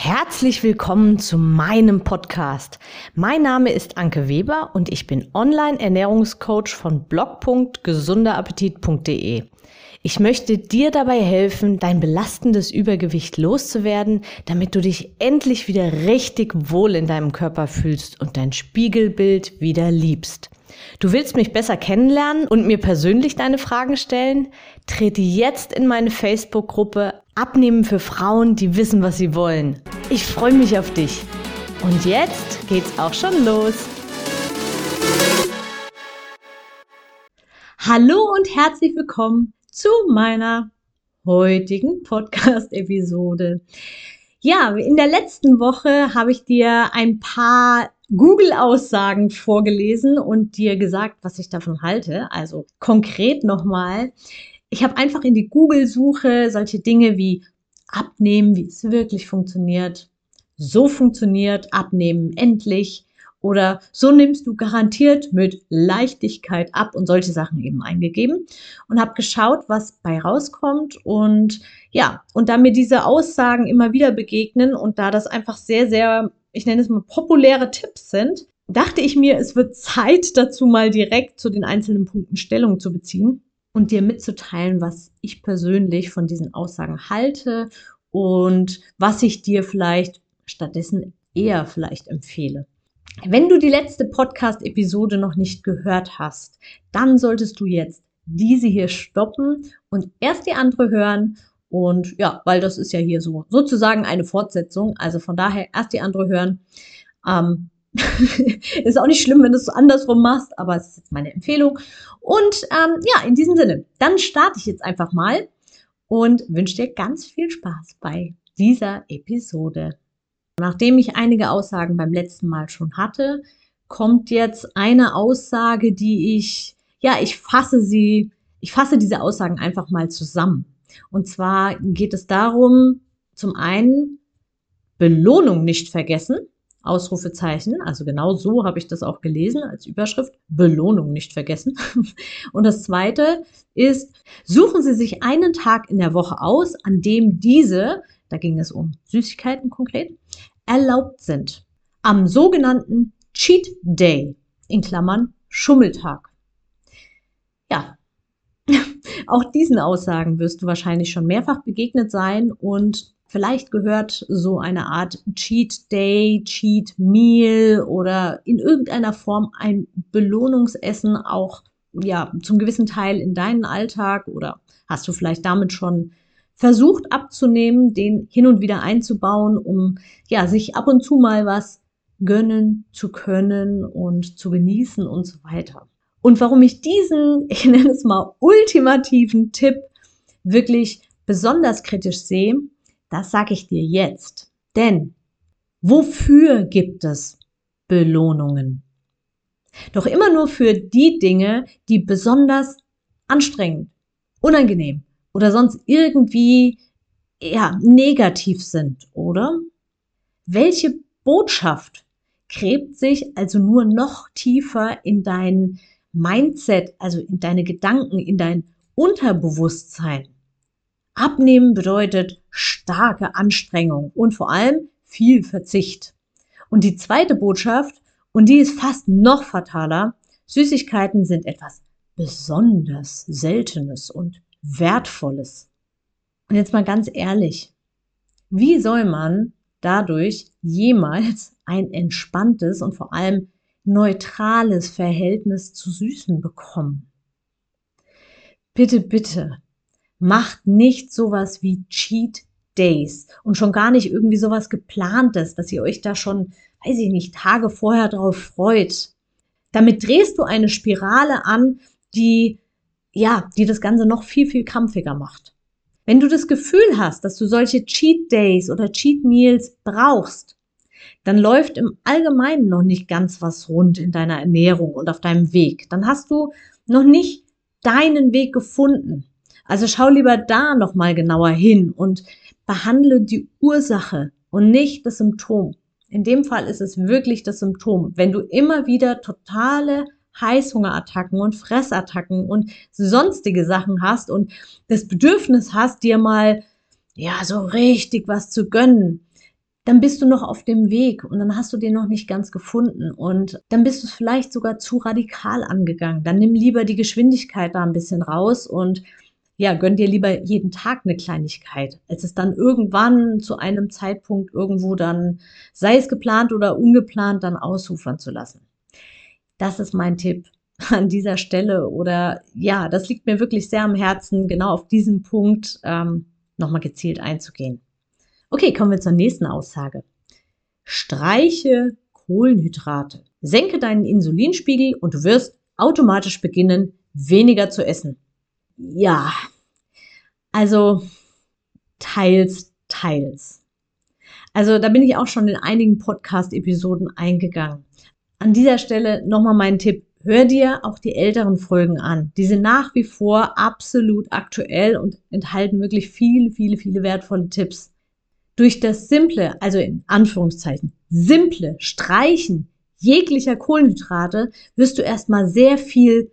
Herzlich willkommen zu meinem Podcast. Mein Name ist Anke Weber und ich bin Online-Ernährungscoach von blog.gesunderappetit.de. Ich möchte dir dabei helfen, dein belastendes Übergewicht loszuwerden, damit du dich endlich wieder richtig wohl in deinem Körper fühlst und dein Spiegelbild wieder liebst. Du willst mich besser kennenlernen und mir persönlich deine Fragen stellen? Trete jetzt in meine Facebook-Gruppe Abnehmen für Frauen, die wissen, was sie wollen. Ich freue mich auf dich. Und jetzt geht's auch schon los. Hallo und herzlich willkommen zu meiner heutigen Podcast-Episode. Ja, in der letzten Woche habe ich dir ein paar Google-Aussagen vorgelesen und dir gesagt, was ich davon halte. Also konkret nochmal. Ich habe einfach in die Google-Suche solche Dinge wie Abnehmen, wie es wirklich funktioniert, so funktioniert Abnehmen endlich oder so nimmst du garantiert mit Leichtigkeit ab und solche Sachen eben eingegeben und habe geschaut, was bei rauskommt und ja, und da mir diese Aussagen immer wieder begegnen und da das einfach sehr, sehr, ich nenne es mal populäre Tipps sind, dachte ich mir, es wird Zeit dazu mal direkt zu den einzelnen Punkten Stellung zu beziehen und dir mitzuteilen, was ich persönlich von diesen Aussagen halte und was ich dir vielleicht stattdessen eher vielleicht empfehle. Wenn du die letzte Podcast-Episode noch nicht gehört hast, dann solltest du jetzt diese hier stoppen und erst die andere hören. Und ja, weil das ist ja hier so sozusagen eine Fortsetzung. Also von daher erst die andere hören. Ist auch nicht schlimm, wenn du es andersrum machst, aber es ist jetzt meine Empfehlung. Und ja, in diesem Sinne, dann starte ich jetzt einfach mal und wünsche dir ganz viel Spaß bei dieser Episode. Nachdem ich einige Aussagen beim letzten Mal schon hatte, kommt jetzt eine Aussage, die ich fasse diese Aussagen einfach mal zusammen. Und zwar geht es darum, zum einen Belohnung nicht vergessen, Ausrufezeichen, also genau so habe ich das auch gelesen als Überschrift, Belohnung nicht vergessen. Und das zweite ist, suchen Sie sich einen Tag in der Woche aus, an dem diese, da ging es um Süßigkeiten konkret, erlaubt sind. Am sogenannten Cheat Day, in Klammern Schummeltag. Ja, auch diesen Aussagen wirst du wahrscheinlich schon mehrfach begegnet sein und vielleicht gehört so eine Art Cheat Day, Cheat Meal oder in irgendeiner Form ein Belohnungsessen auch ja zum gewissen Teil in deinen Alltag oder hast du vielleicht damit schon versucht abzunehmen, den hin und wieder einzubauen, um ja sich ab und zu mal was gönnen zu können und zu genießen und so weiter. Und warum ich diesen, ich nenne es mal ultimativen Tipp wirklich besonders kritisch sehe, das sage ich dir jetzt. Denn wofür gibt es Belohnungen? Doch immer nur für die Dinge, die besonders anstrengend, unangenehm oder sonst irgendwie negativ sind, oder? Welche Botschaft gräbt sich also nur noch tiefer in dein Mindset, also in deine Gedanken, in dein Unterbewusstsein? Abnehmen bedeutet starke Anstrengung und vor allem viel Verzicht. Und die zweite Botschaft, und die ist fast noch fataler, Süßigkeiten sind etwas besonders Seltenes und Wertvolles. Und jetzt mal ganz ehrlich, wie soll man dadurch jemals ein entspanntes und vor allem neutrales Verhältnis zu Süßen bekommen? Bitte, bitte. Macht nicht sowas wie Cheat Days und schon gar nicht irgendwie sowas Geplantes, dass ihr euch da schon, weiß ich nicht, Tage vorher drauf freut. Damit drehst du eine Spirale an, die das Ganze noch viel, viel krampfiger macht. Wenn du das Gefühl hast, dass du solche Cheat Days oder Cheat Meals brauchst, dann läuft im Allgemeinen noch nicht ganz was rund in deiner Ernährung und auf deinem Weg. Dann hast du noch nicht deinen Weg gefunden. Also schau lieber da nochmal genauer hin und behandle die Ursache und nicht das Symptom. In dem Fall ist es wirklich das Symptom. Wenn du immer wieder totale Heißhungerattacken und Fressattacken und sonstige Sachen hast und das Bedürfnis hast, dir mal so richtig was zu gönnen, dann bist du noch auf dem Weg und dann hast du den noch nicht ganz gefunden und dann bist du es vielleicht sogar zu radikal angegangen. Dann nimm lieber die Geschwindigkeit da ein bisschen raus und ja, gönn dir lieber jeden Tag eine Kleinigkeit, als es dann irgendwann zu einem Zeitpunkt irgendwo dann, sei es geplant oder ungeplant, dann ausufern zu lassen. Das ist mein Tipp an dieser Stelle oder ja, das liegt mir wirklich sehr am Herzen, genau auf diesen Punkt nochmal gezielt einzugehen. Okay, kommen wir zur nächsten Aussage. Streiche Kohlenhydrate. Senke deinen Insulinspiegel und du wirst automatisch beginnen, weniger zu essen. Ja, also teils, teils. Also da bin ich auch schon in einigen Podcast-Episoden eingegangen. An dieser Stelle nochmal mein Tipp. Hör dir auch die älteren Folgen an. Die sind nach wie vor absolut aktuell und enthalten wirklich viele, viele, viele wertvolle Tipps. Durch das simple, also in Anführungszeichen, simple Streichen jeglicher Kohlenhydrate wirst du erstmal sehr viel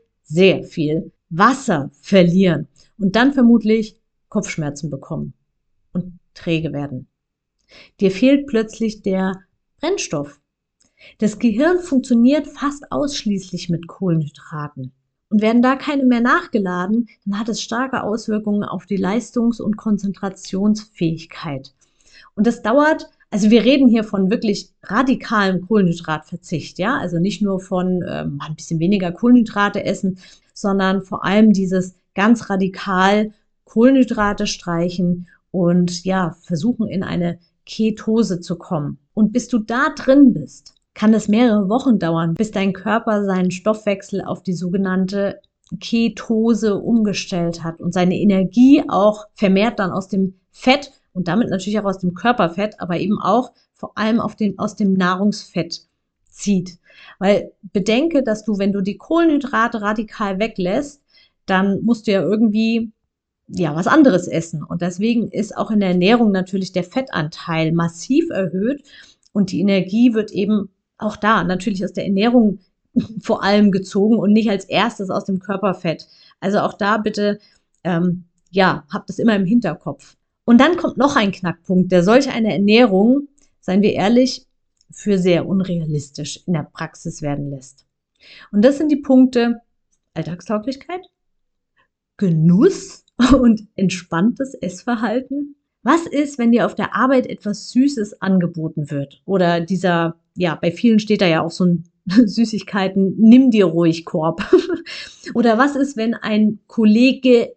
Wasser verlieren und dann vermutlich Kopfschmerzen bekommen und träge werden. Dir fehlt plötzlich der Brennstoff. Das Gehirn funktioniert fast ausschließlich mit Kohlenhydraten. Und werden da keine mehr nachgeladen, dann hat es starke Auswirkungen auf die Leistungs- und Konzentrationsfähigkeit. Und das dauert, also wir reden hier von wirklich radikalem Kohlenhydratverzicht, ja, also nicht nur von ein bisschen weniger Kohlenhydrate essen, sondern vor allem dieses ganz radikal Kohlenhydrate streichen und ja, versuchen in eine Ketose zu kommen. Und bis du da drin bist, kann es mehrere Wochen dauern, bis dein Körper seinen Stoffwechsel auf die sogenannte Ketose umgestellt hat und seine Energie auch vermehrt dann aus dem Fett und damit natürlich auch aus dem Körperfett, aber eben auch vor allem aus dem Nahrungsfett zieht. Weil bedenke, dass du, wenn du die Kohlenhydrate radikal weglässt, dann musst du ja irgendwie was anderes essen. Und deswegen ist auch in der Ernährung natürlich der Fettanteil massiv erhöht und die Energie wird eben auch da natürlich aus der Ernährung vor allem gezogen und nicht als erstes aus dem Körperfett. Also auch da bitte, habt das immer im Hinterkopf. Und dann kommt noch ein Knackpunkt, der solch eine Ernährung, seien wir ehrlich, für sehr unrealistisch in der Praxis werden lässt. Und das sind die Punkte Alltagstauglichkeit, Genuss und entspanntes Essverhalten. Was ist, wenn dir auf der Arbeit etwas Süßes angeboten wird? Oder bei vielen steht da ja auch so ein Süßigkeiten, nimm dir ruhig Korb. Oder was ist, wenn ein Kollege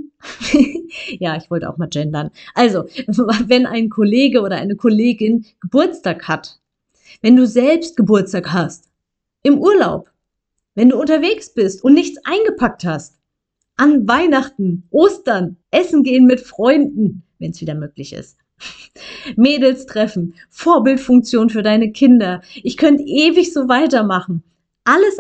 ich wollte auch mal gendern. Also, wenn ein Kollege oder eine Kollegin Geburtstag hat, wenn du selbst Geburtstag hast, im Urlaub, wenn du unterwegs bist und nichts eingepackt hast, an Weihnachten, Ostern, Essen gehen mit Freunden, wenn es wieder möglich ist. Mädels treffen, Vorbildfunktion für deine Kinder. Ich könnte ewig so weitermachen. Alles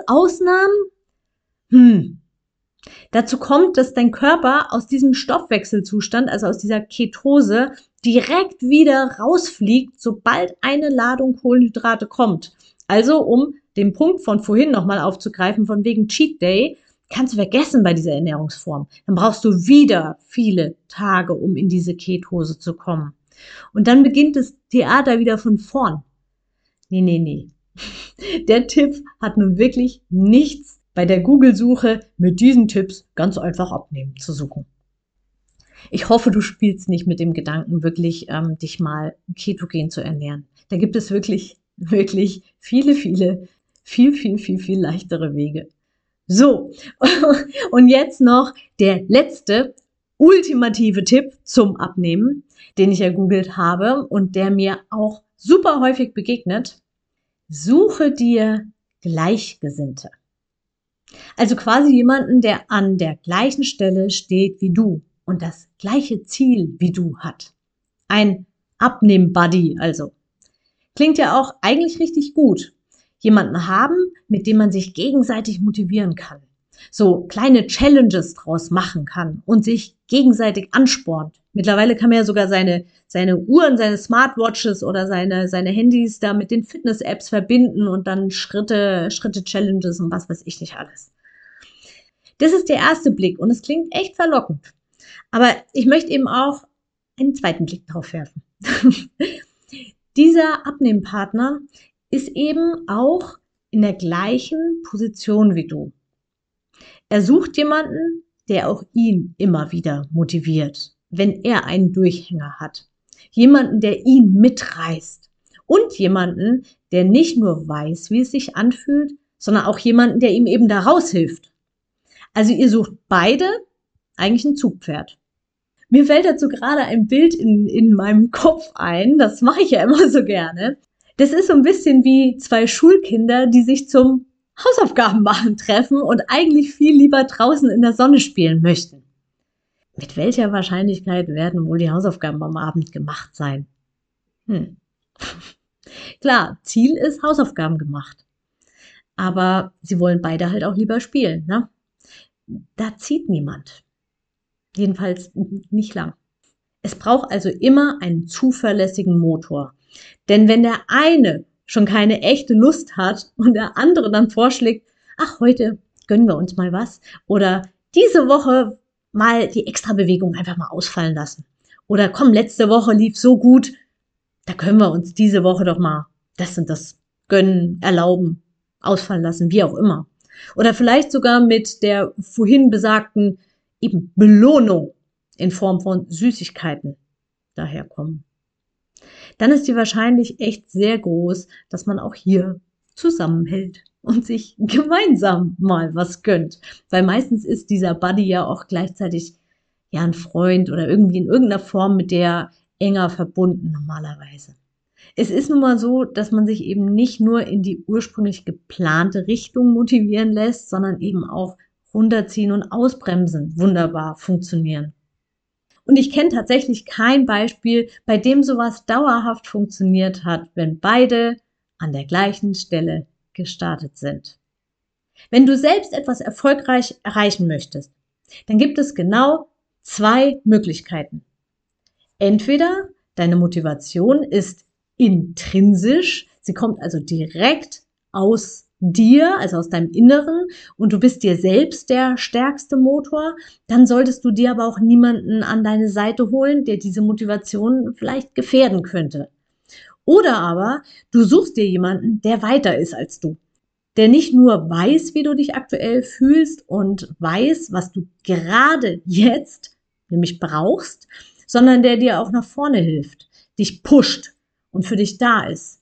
Ausnahmen? Dazu kommt, dass dein Körper aus diesem Stoffwechselzustand, also aus dieser Ketose, direkt wieder rausfliegt, sobald eine Ladung Kohlenhydrate kommt. Also, um den Punkt von vorhin nochmal aufzugreifen, von wegen Cheat Day, kannst du vergessen bei dieser Ernährungsform. Dann brauchst du wieder viele Tage, um in diese Ketose zu kommen. Und dann beginnt das Theater wieder von vorn. Nee. Der Tipp hat nun wirklich nichts bei der Google-Suche mit diesen Tipps ganz einfach abnehmen zu suchen. Ich hoffe, du spielst nicht mit dem Gedanken, wirklich dich mal ketogen zu ernähren. Da gibt es wirklich, wirklich viele, viel leichtere Wege. So, und jetzt noch der letzte ultimative Tipp zum Abnehmen, den ich ergoogelt habe und der mir auch super häufig begegnet. Suche dir Gleichgesinnte. Also quasi jemanden, der an der gleichen Stelle steht wie du und das gleiche Ziel wie du hat. Ein Abnehm-Buddy also. Klingt ja auch eigentlich richtig gut. Jemanden haben, mit dem man sich gegenseitig motivieren kann. So kleine Challenges draus machen kann und sich gegenseitig anspornt. Mittlerweile kann man ja sogar seine Uhren, seine Smartwatches oder seine Handys da mit den Fitness-Apps verbinden und dann Schritte-Challenges und was weiß ich nicht alles. Das ist der erste Blick und es klingt echt verlockend. Aber ich möchte eben auch einen zweiten Blick drauf werfen. Dieser Abnehmpartner ist eben auch in der gleichen Position wie du. Er sucht jemanden, der auch ihn immer wieder motiviert, wenn er einen Durchhänger hat. Jemanden, der ihn mitreißt. Und jemanden, der nicht nur weiß, wie es sich anfühlt, sondern auch jemanden, der ihm eben da raushilft. Also ihr sucht beide eigentlich ein Zugpferd. Mir fällt dazu gerade ein Bild in meinem Kopf ein, das mache ich ja immer so gerne. Das ist so ein bisschen wie zwei Schulkinder, die sich zum Hausaufgaben machen treffen und eigentlich viel lieber draußen in der Sonne spielen möchten. Mit welcher Wahrscheinlichkeit werden wohl die Hausaufgaben am Abend gemacht sein? Klar, Ziel ist Hausaufgaben gemacht. Aber sie wollen beide halt auch lieber spielen, ne? Da zieht niemand. Jedenfalls nicht lang. Es braucht also immer einen zuverlässigen Motor. Denn wenn der eine schon keine echte Lust hat und der andere dann vorschlägt, ach, heute gönnen wir uns mal was oder diese Woche mal die Extrabewegung einfach mal ausfallen lassen. Oder komm, letzte Woche lief so gut, da können wir uns diese Woche doch mal das und das gönnen, erlauben, ausfallen lassen, wie auch immer. Oder vielleicht sogar mit der vorhin besagten eben Belohnung in Form von Süßigkeiten daherkommen. Dann ist die Wahrscheinlichkeit echt sehr groß, dass man auch hier zusammenhält und sich gemeinsam mal was gönnt. Weil meistens ist dieser Buddy ja auch gleichzeitig ja ein Freund oder irgendwie in irgendeiner Form mit der enger verbunden normalerweise. Es ist nun mal so, dass man sich eben nicht nur in die ursprünglich geplante Richtung motivieren lässt, sondern eben auch runterziehen und ausbremsen wunderbar funktionieren. Und ich kenne tatsächlich kein Beispiel, bei dem sowas dauerhaft funktioniert hat, wenn beide an der gleichen Stelle gestartet sind. Wenn du selbst etwas erfolgreich erreichen möchtest, dann gibt es genau 2 Möglichkeiten. Entweder deine Motivation ist intrinsisch, sie kommt also direkt aus dir, also aus deinem Inneren und du bist dir selbst der stärkste Motor, dann solltest du dir aber auch niemanden an deine Seite holen, der diese Motivation vielleicht gefährden könnte. Oder aber du suchst dir jemanden, der weiter ist als du, der nicht nur weiß, wie du dich aktuell fühlst und weiß, was du gerade jetzt nämlich brauchst, sondern der dir auch nach vorne hilft, dich pusht und für dich da ist.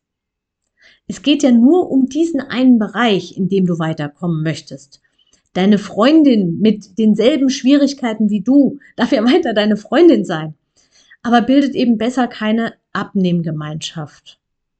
Es geht ja nur um diesen einen Bereich, in dem du weiterkommen möchtest. Deine Freundin mit denselben Schwierigkeiten wie du darf ja weiter deine Freundin sein, aber bildet eben besser keine Abnehmgemeinschaft.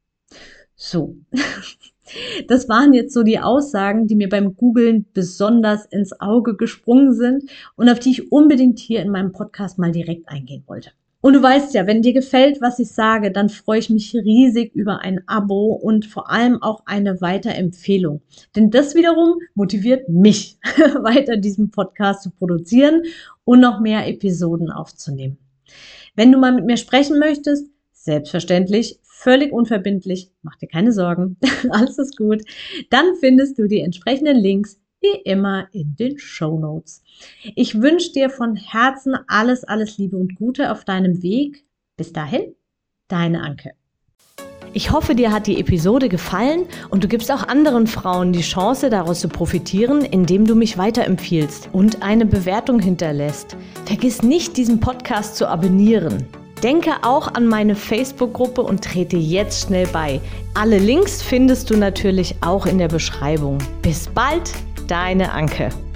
So, das waren jetzt so die Aussagen, die mir beim Googlen besonders ins Auge gesprungen sind und auf die ich unbedingt hier in meinem Podcast mal direkt eingehen wollte. Und du weißt ja, wenn dir gefällt, was ich sage, dann freue ich mich riesig über ein Abo und vor allem auch eine Weiterempfehlung. Denn das wiederum motiviert mich, weiter diesen Podcast zu produzieren und noch mehr Episoden aufzunehmen. Wenn du mal mit mir sprechen möchtest, selbstverständlich, völlig unverbindlich, mach dir keine Sorgen, alles ist gut, dann findest du die entsprechenden Links wie immer in den Shownotes. Ich wünsche dir von Herzen alles Liebe und Gute auf deinem Weg. Bis dahin, deine Anke. Ich hoffe, dir hat die Episode gefallen und du gibst auch anderen Frauen die Chance, daraus zu profitieren, indem du mich weiterempfiehlst und eine Bewertung hinterlässt. Vergiss nicht, diesen Podcast zu abonnieren. Denke auch an meine Facebook-Gruppe und trete jetzt schnell bei. Alle Links findest du natürlich auch in der Beschreibung. Bis bald, deine Anke.